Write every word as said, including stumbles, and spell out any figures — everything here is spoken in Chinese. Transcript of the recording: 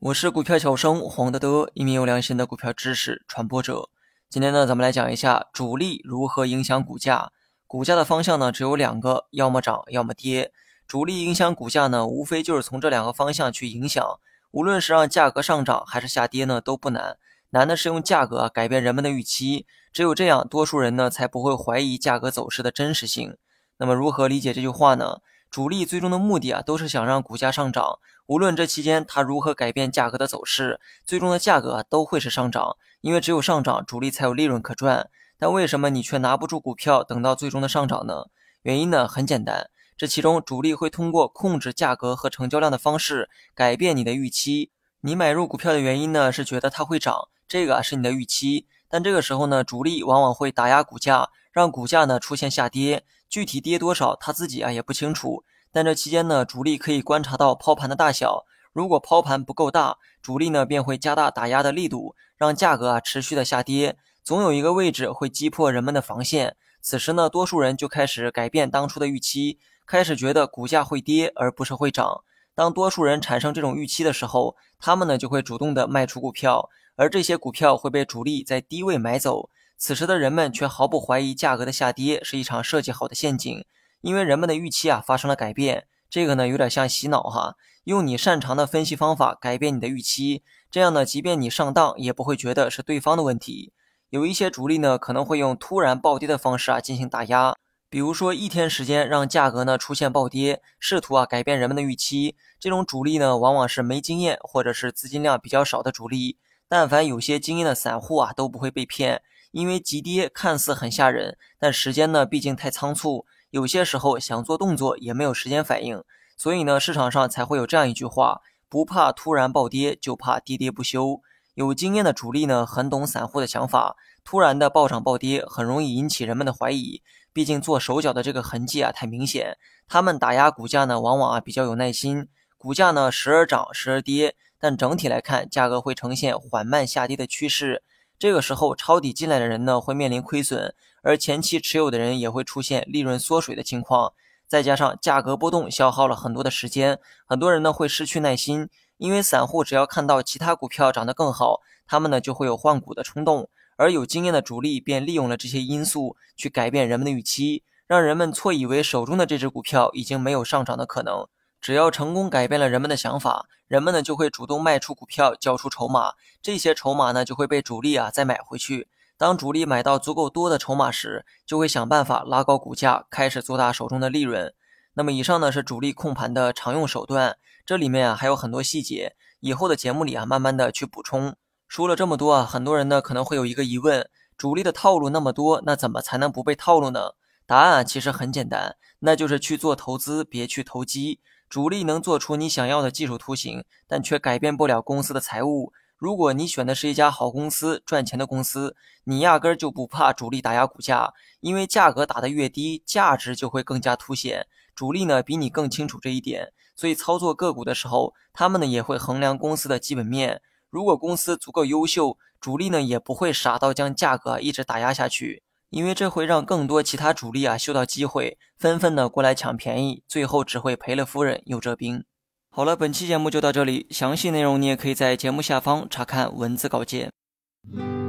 我是股票小生黄德德，一名有良心的股票知识传播者。今天呢，咱们来讲一下主力如何影响股价。股价的方向呢，只有两个，要么涨，要么跌。主力影响股价呢，无非就是从这两个方向去影响。无论是让价格上涨还是下跌呢，都不难。难的是用价格改变人们的预期，只有这样，多数人呢才不会怀疑价格走势的真实性。那么如何理解这句话呢？主力最终的目的啊，都是想让股价上涨。无论这期间它如何改变价格的走势，最终的价格啊都会是上涨，因为只有上涨，主力才有利润可赚。但为什么你却拿不住股票，等到最终的上涨呢？原因呢很简单，这其中主力会通过控制价格和成交量的方式改变你的预期。你买入股票的原因呢是觉得它会涨，这个啊是你的预期。但这个时候呢，主力往往会打压股价，让股价呢出现下跌，具体跌多少他自己啊也不清楚。但这期间呢，主力可以观察到抛盘的大小，如果抛盘不够大，主力呢便会加大打压的力度，让价格啊持续的下跌。总有一个位置会击破人们的防线，此时呢，多数人就开始改变当初的预期，开始觉得股价会跌而不是会涨。当多数人产生这种预期的时候，他们呢就会主动的卖出股票，而这些股票会被主力在低位买走。此时的人们却毫不怀疑价格的下跌是一场设计好的陷阱，因为人们的预期啊发生了改变。这个呢有点像洗脑哈，用你擅长的分析方法改变你的预期，这样呢即便你上当也不会觉得是对方的问题。有一些主力呢可能会用突然暴跌的方式啊进行打压，比如说一天时间让价格呢出现暴跌，试图啊改变人们的预期。这种主力呢往往是没经验或者是资金量比较少的主力，但凡有些经验的散户啊都不会被骗，因为急跌看似很吓人，但时间呢毕竟太仓促，有些时候想做动作也没有时间反应，所以呢市场上才会有这样一句话，不怕突然暴跌，就怕跌跌不休。有经验的主力呢很懂散户的想法，突然的暴涨暴跌很容易引起人们的怀疑，毕竟做手脚的这个痕迹啊太明显。他们打压股价呢往往啊比较有耐心，股价呢时而涨时而跌，但整体来看价格会呈现缓慢下跌的趋势。这个时候抄底进来的人呢会面临亏损，而前期持有的人也会出现利润缩水的情况。再加上价格波动消耗了很多的时间，很多人呢会失去耐心，因为散户只要看到其他股票涨得更好，他们呢就会有换股的冲动，而有经验的主力便利用了这些因素去改变人们的预期，让人们错以为手中的这只股票已经没有上涨的可能。只要成功改变了人们的想法，人们呢就会主动卖出股票，交出筹码，这些筹码呢就会被主力啊再买回去。当主力买到足够多的筹码时，就会想办法拉高股价，开始做大手中的利润。那么以上呢是主力控盘的常用手段，这里面啊还有很多细节，以后的节目里啊慢慢的去补充。说了这么多啊，很多人呢可能会有一个疑问，主力的套路那么多，那怎么才能不被套路呢？答案啊其实很简单，那就是去做投资，别去投机。主力能做出你想要的技术图形，但却改变不了公司的财务。如果你选的是一家好公司，赚钱的公司，你压根儿就不怕主力打压股价，因为价格打得越低，价值就会更加凸显。主力呢比你更清楚这一点，所以操作个股的时候，他们呢也会衡量公司的基本面。如果公司足够优秀，主力呢也不会傻到将价格一直打压下去，因为这会让更多其他主力啊嗅到机会，纷纷的过来抢便宜，最后只会赔了夫人又折兵。好了，本期节目就到这里，详细内容你也可以在节目下方查看文字稿件。